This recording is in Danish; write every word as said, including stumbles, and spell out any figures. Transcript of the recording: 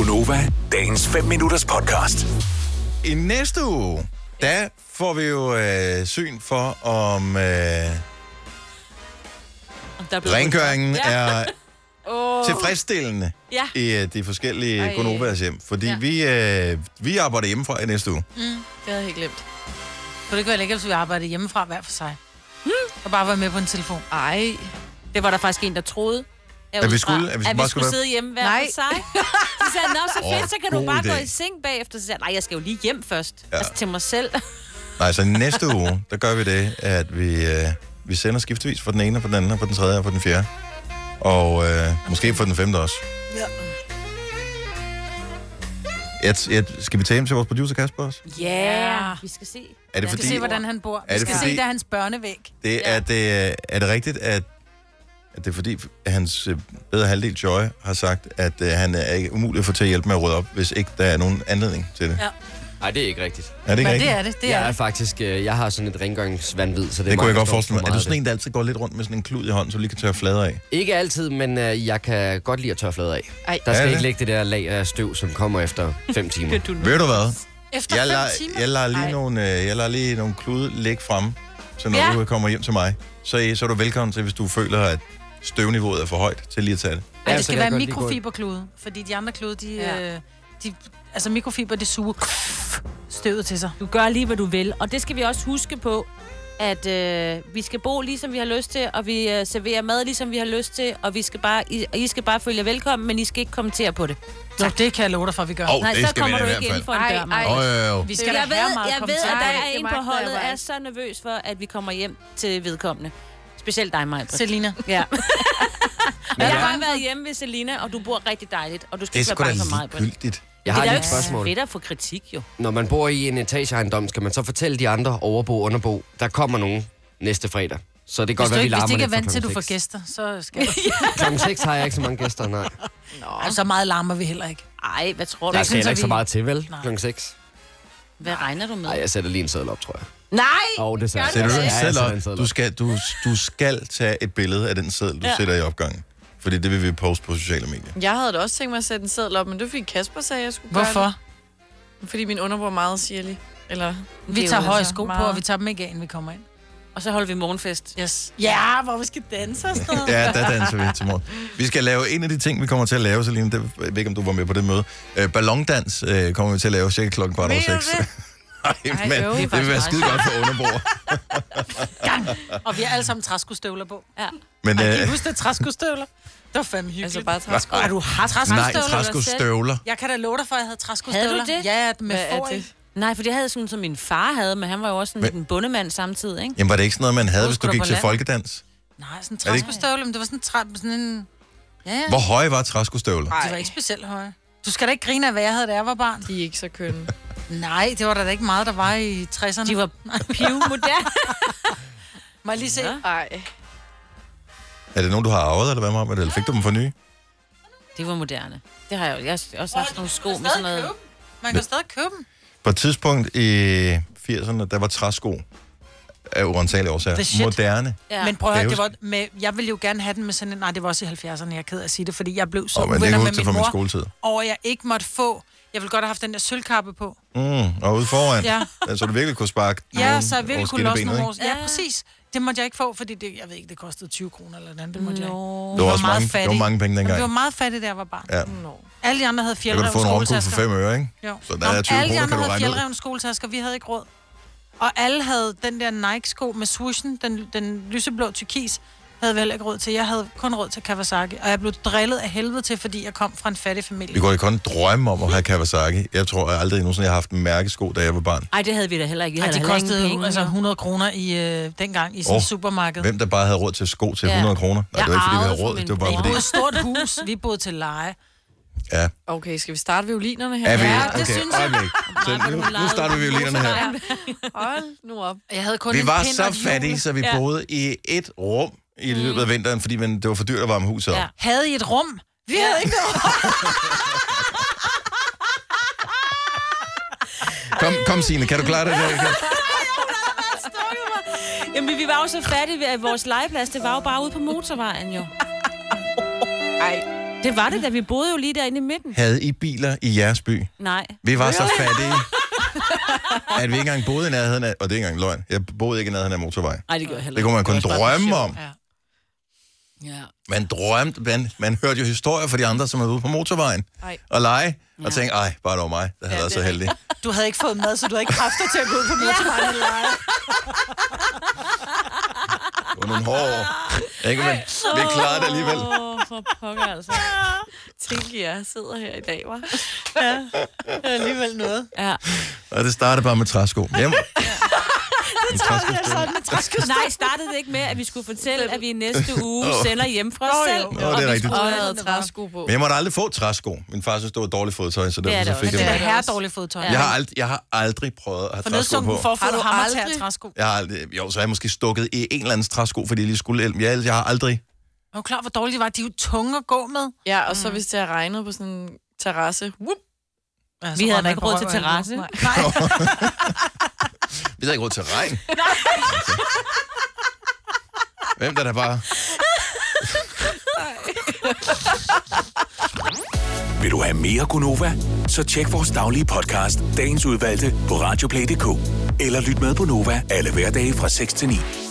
Gunova, dagens fem minutters podcast. I næste uge, der får vi jo øh, syn for, om øh, rengøringen ja. er oh. tilfredsstillende ja. i øh, de forskellige Gunovas hjem. Fordi ja. vi, øh, vi arbejder hjemmefra i næste uge. Mm, det havde jeg helt glemt. For det kunne jeg ikke, hvis vi arbejdede hjemmefra hver for sig. Hmm. Og bare være med på en telefon. Ej, det var der faktisk en, der troede. At vi skulle, at vi, at vi skulle være... sidde hjemme hver Nej. for sig. Så sagde han, nå, så fedt, oh, så kan du bare idé. gå i seng bagefter. Så sagde jeg, nej, jeg skal jo lige hjem først. Ja. Altså til mig selv. Nej, så næste uge, der gør vi det, at vi, øh, vi sender skiftevis for den ene, og for den anden, og for den tredje, og for den fjerde. Og øh, måske for den femte også. Ja. Jeg, jeg, skal vi tage hjem til vores producer Kasper også? Ja, yeah. vi skal se. Er det Vi fordi, skal se, hvordan han bor. er Vi det skal fordi, se, der er hans børnevæg. det, er, det, er det rigtigt, at, at det er fordi, at hans øh, bedre halvdel Joy har sagt, at øh, han er ikke umulig at få til at hjælpe med at rydde op, hvis ikke der er nogen anledning til det? Ja. Nej, det er ikke rigtigt. Er det ikke Men rigtigt? det er det, det er Jeg er det. faktisk, øh, jeg har sådan et rengøringsvandvid, så det, Det er kunne jeg mange, godt der forestille mig. står Er for du meget sådan en, der altid går lidt rundt med sådan en klud i hånden, så du lige kan tørre flader af? af det. Ikke altid, men øh, jeg kan godt lide at tørre flader af. Ej. Der Er skal det? ikke ligge det der lag af støv, som kommer efter fem timer. Ved du hvad? Efter Jeg fem lader, timer. jeg lader lige nogle, øh, jeg lader lige nogle klude ligge frem, så når Ja. du kommer hjem til mig, så, er- så er du velkommen til, hvis du føler, at støvniveauet er for højt, til lige at tage det. Ej, Ja, det så skal kan være jeg godt lige gå ind. mikrofiberklude, fordi de andre klude, de, Ja. øh, de altså mikrofiber, det suger støvet til sig. Du gør lige, hvad du vil. Og det skal vi også huske på, at øh, vi skal bo lige, som vi har lyst til, og vi øh, serverer mad, ligesom vi har lyst til, og vi skal bare, I, I skal bare følge jer velkommen, men I skal ikke kommentere på det. Så det kan jeg love dig for, at vi gør. Åh, Nej, det så skal vi kommer da du i ikke hvert inden for fald. en dør, Maja. Åh, jo, jo. Vi skal da Jeg ved, have meget jeg ved, at der kommentarer. er det en på magter jeg holdet, der bare er ikke. så nervøs for, at vi kommer hjem til vedkommende. Specielt dig, Maja. Selina. Ja. Men Jeg har jeg, bare været hjemme ved Selina, og du bor rigtig dejligt, og du skal Det er ikke være sgu da bange for mig, Britt. ligegyldigt. jeg Det har er lige jo et ikke spørgsmål. fedt at få kritik, jo. Når man bor i en etageejendom, skal man så fortælle de andre overbo, underbo, der kommer nogen næste fredag. Så det kan godt Hvis du være, vi ikke, hvis larmer de ikke er lidt vant fra til, at du klokken får seks. gæster, så skal du. Klokken seks har jeg ikke så mange gæster, nej. Altså, så meget larmer vi heller ikke. Ej, hvad tror du? Der ikke skal heller sådan, ikke så så vi- meget til, vel? Nej. Klokken seks. Hvad regner du med? Nej, jeg sætter lige en seddel op, tror jeg. Nej! Åh, oh, det sætter Sætter du Ja, den jeg selv sætter op? en seddel Du skal, du, du skal tage et billede af den seddel, du Ja. sætter i opgangen. Fordi det vil vi poste på sociale medier. Jeg havde da også tænkt mig at sætte en seddel op, men det fik Kasper sagde, at jeg skulle Hvorfor? gøre det. Fordi min underbror er meget sirlig. Eller, Vi Det er tager jo høje altså sko på, meget- og vi tager dem ikke af, inden vi kommer ind. Og så holder vi morgenfest. Yes. Ja, hvor vi skal danse og sådan noget. Ja, der danser vi til morgen. Vi skal lave en af de ting, vi kommer til at lave, Selina. Det, jeg ved ikke, om du var med på det møde. Øh, ballondans øh, kommer vi til at lave cirka klokken kvart over Mener du seks. det? Nej, men øv. det, det vil være skide godt for underbord. Gang. Og vi har alle sammen træskostøvler på. Ja. Men Kan øh, I huske det træskostøvler? Det var fandme hyggeligt. altså bare træsko. Har du haft nej, træskostøvler? træskostøvler. Jeg kan da love dig for, at jeg havde træskostøvler. Havde du det? Ja, med Hvad er får i. det? Nej, for det havde jeg sådan, som min far havde, men han var jo også sådan Men- lidt en bondemand samtidig, ikke? Jamen, var det ikke sådan noget, man havde, hvis du Hvor gik skulle til du på land? folkedans? Nej, sådan en det ikke- træskostøvle, men det var sådan, træ, sådan en... Ja, ja. Hvor høje var træskostøvler? De var ikke specielt høje. Du skal da ikke grine af, hvad jeg havde, da jeg var barn. De er ikke så kønne. Nej, det var der da ikke meget, der var i tresserne. De var pivmoderne. Må jeg lige se? Ja. Ej. Er det nogen, du har arvet, eller hvad med om? Eller fik du dem for nye? Det var moderne. Det har jeg jo. Jeg har også haft nogle sko med sådan noget. Man kan stadig købe dem. På et tidspunkt i firserne, der var træsko af uantagelige The årsager. shit. Moderne. Ja. Men prøv at Kan høre, jeg det var med, jeg ville jo gerne have den med sådan en... Nej, det var også i halvfjerdserne, jeg er ked af at sige det, fordi jeg blev så Åh, men det uvenner er med huske min fra min mor, skoletid. og jeg ikke måtte få... Jeg ville godt have haft den der sølvkappe på. Mm, og ude foran. Ja. Så du virkelig kunne sparke Ja, nogen så jeg over virkelig kunne losse skinnebenet, nogle ikke? år. Ja, præcis. Det måtte jeg ikke få, fordi det, jeg ved ikke, det kostede tyve kroner eller noget. Det måtte jeg ikke. Nå. Det var også meget mange, det var fattig. mange penge Men dengang. vi var meget fattige, da jeg var barn. Ja. Nå. Alle de andre havde Der kan du få fjeldrevne en romkugle for skoletæsker. fem øre, ikke? Jo. Så der er tyve alle de kroner, andre kan du havde regne ud. fjeldrevne skoletæsker, vi havde ikke råd. Og alle havde den der Nike-sko med swooshen, den, den lyseblå turkis, havde vi heller ikke råd til. Jeg havde kun råd til Kawasaki, og jeg blev drillet af helvede til, fordi jeg kom fra en fattig familie. Vi kunne ikke kun drømme om at have Kawasaki. Jeg tror jeg aldrig nogensinde, jeg har haft en mærkesko, da jeg var barn. Ej, det havde vi da heller ikke. Vi Ej, havde de heller ingen kostede penge, jo altså jo. hundrede kroner i, øh, dengang i sådan et Åh, supermarked. Hvem der bare havde råd til sko til Ja. hundrede kroner? Nej, Jeg det var ikke, fordi vi arvede havde fra råd. min Det var bare Vi fordi... boede i et stort hus, vi boede til leje. Ja. Okay, skal vi starte violinerne her? Er vi? Ja, det Okay, synes jeg. øjeblik. Så Nej, men nu, hun nu starter vi violinerne her. Hold nu op. Jeg havde kun Vi en var pind så og et hjul. fattige, så vi Ja. boede i et rum i løbet af vinteren, fordi man, det var for dyrt at varme huset op. Ja. Havde I et rum? Vi havde ikke noget. Kom, kom Signe, kan du klare det? Der? Jamen, vi var jo så fattige ved, at vores legeplads, det var jo bare ude på motorvejen, jo. Ej. Det var det, da vi boede jo lige derinde i midten. Havde I biler i jeres by? Nej. Vi var så fattige, at vi ikke engang boede i nærheden af... Og det er ikke engang løgn. Jeg boede ikke i nærheden af motorvej. Nej, det gør jeg heller Det kunne man kun drømme om. Ja. Ja. Man drømte, man, man hørte jo historier fra de andre, som er ude på motorvejen Ej. og lege, og Ja. tænkte, ej, bare det var mig, der havde Ja, været det så er heldig. Du havde ikke fået mad, så du havde ikke kræfter til at gå ud på motorvejen og lege. Det var nogle hårde år. Ikke, men vi klarede det alligevel. Åh, for pokker altså. Tænk, jeg sidder her i dag, var. Ja, det er alligevel noget. Ja. Og det startede bare med træsko. Hjem. En træsko. Nej, startede det ikke med, at vi skulle fortælle, at vi i næste uge sender hjem fra os selv? Nå, det er rigtigt. Og jeg havde træsko på. Men jeg måtte aldrig få træsko. Min far synes, det var dårligt fodtøj, så Det er derfor det så fik også. Det jeg er det. her dårligt fodtøj. Jeg har, ald- jeg har aldrig prøvet at have For træsko nødsunken på. for at få Har du hammer til aldrig? at træsko. Jeg har aldrig, jo, så har jeg måske stukket i en eller anden træsko, fordi jeg lige skulle hjelm. Jeg, jeg har aldrig... Er du klar, hvor dårligt de var? De er jo tunge at gå med. Ja, og så hvis det har regnet på sådan en terrasse. Whoop. Ja, Vi havde da ikke råd til terrasse. Nej. Vi havde ikke råd til regn. Hvem der der bare... Vil du have mere Gunova? Så tjek vores daglige podcast, dagens udvalgte, på radioplay punktum d k. Eller lyt med på Nova alle hverdage fra seks til ni.